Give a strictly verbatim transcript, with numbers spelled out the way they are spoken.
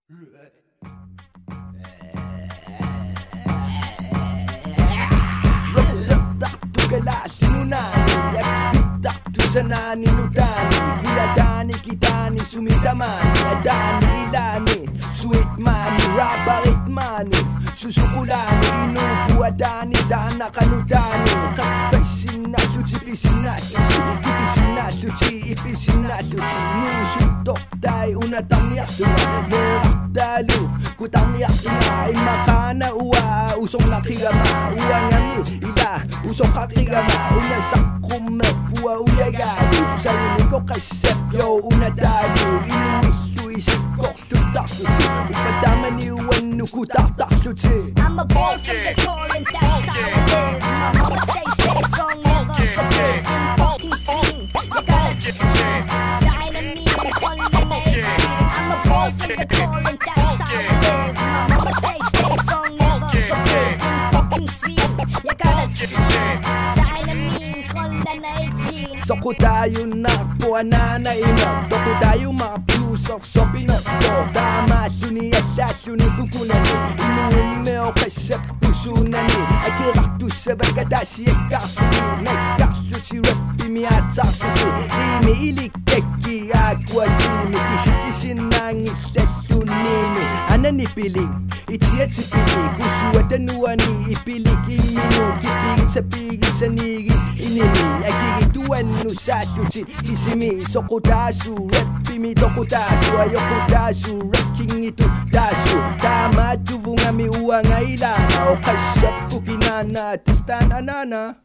Sanani nutani, kuyadani kitani, sumitamani, adani ilani, sweet money, rabarit money, susukulani, inubuadani, dana kanutani, kapasin na tuti, pisin na tuti, kipisin na tuti, ipisin na tuti, musutok tay, unatang yakuna, nerak dalu, kutang yakuna, imakana uwa, usong nakigama, uwangami, ila, usong kakigama, unasak kumepuwa uyaga. Sa unin ko kay Sepyo unadayo inuwi isip ko tutaktuti upadama ni uwanu ko taktaktuti. I'm a boy from the core and that's how I live. My mama say say song never forget. Fucking swing, you gotta teach me. Sign of me and call it an I'm a boy from the core and that's how I live. My mama say say song never forget. Fucking swing, you gotta teach me. Sign of me and call it an Soko tayo nakpuan na nainag Doko tayo mga pusok so pinagdo Tama suni at sasuni kukunani Inuumeo kasi puso na ni Ay kirakto sa bagadashi ay kakuni Nagkakso si rapi mi at sakuti Rimi ilikeki agwa jimi Kisitisin ng itetunimi Ananipiling iti at sipilig Kusuat anuani ipilig imino Kipigit sa pigit sa nigi inimi Ay kikituan no sa tuti isimi Soko dasu rapi mi toko dasu Ayoko dasu raking ito dasu Tama tuvong ami uang ailana O kasap ko kinana tistan anana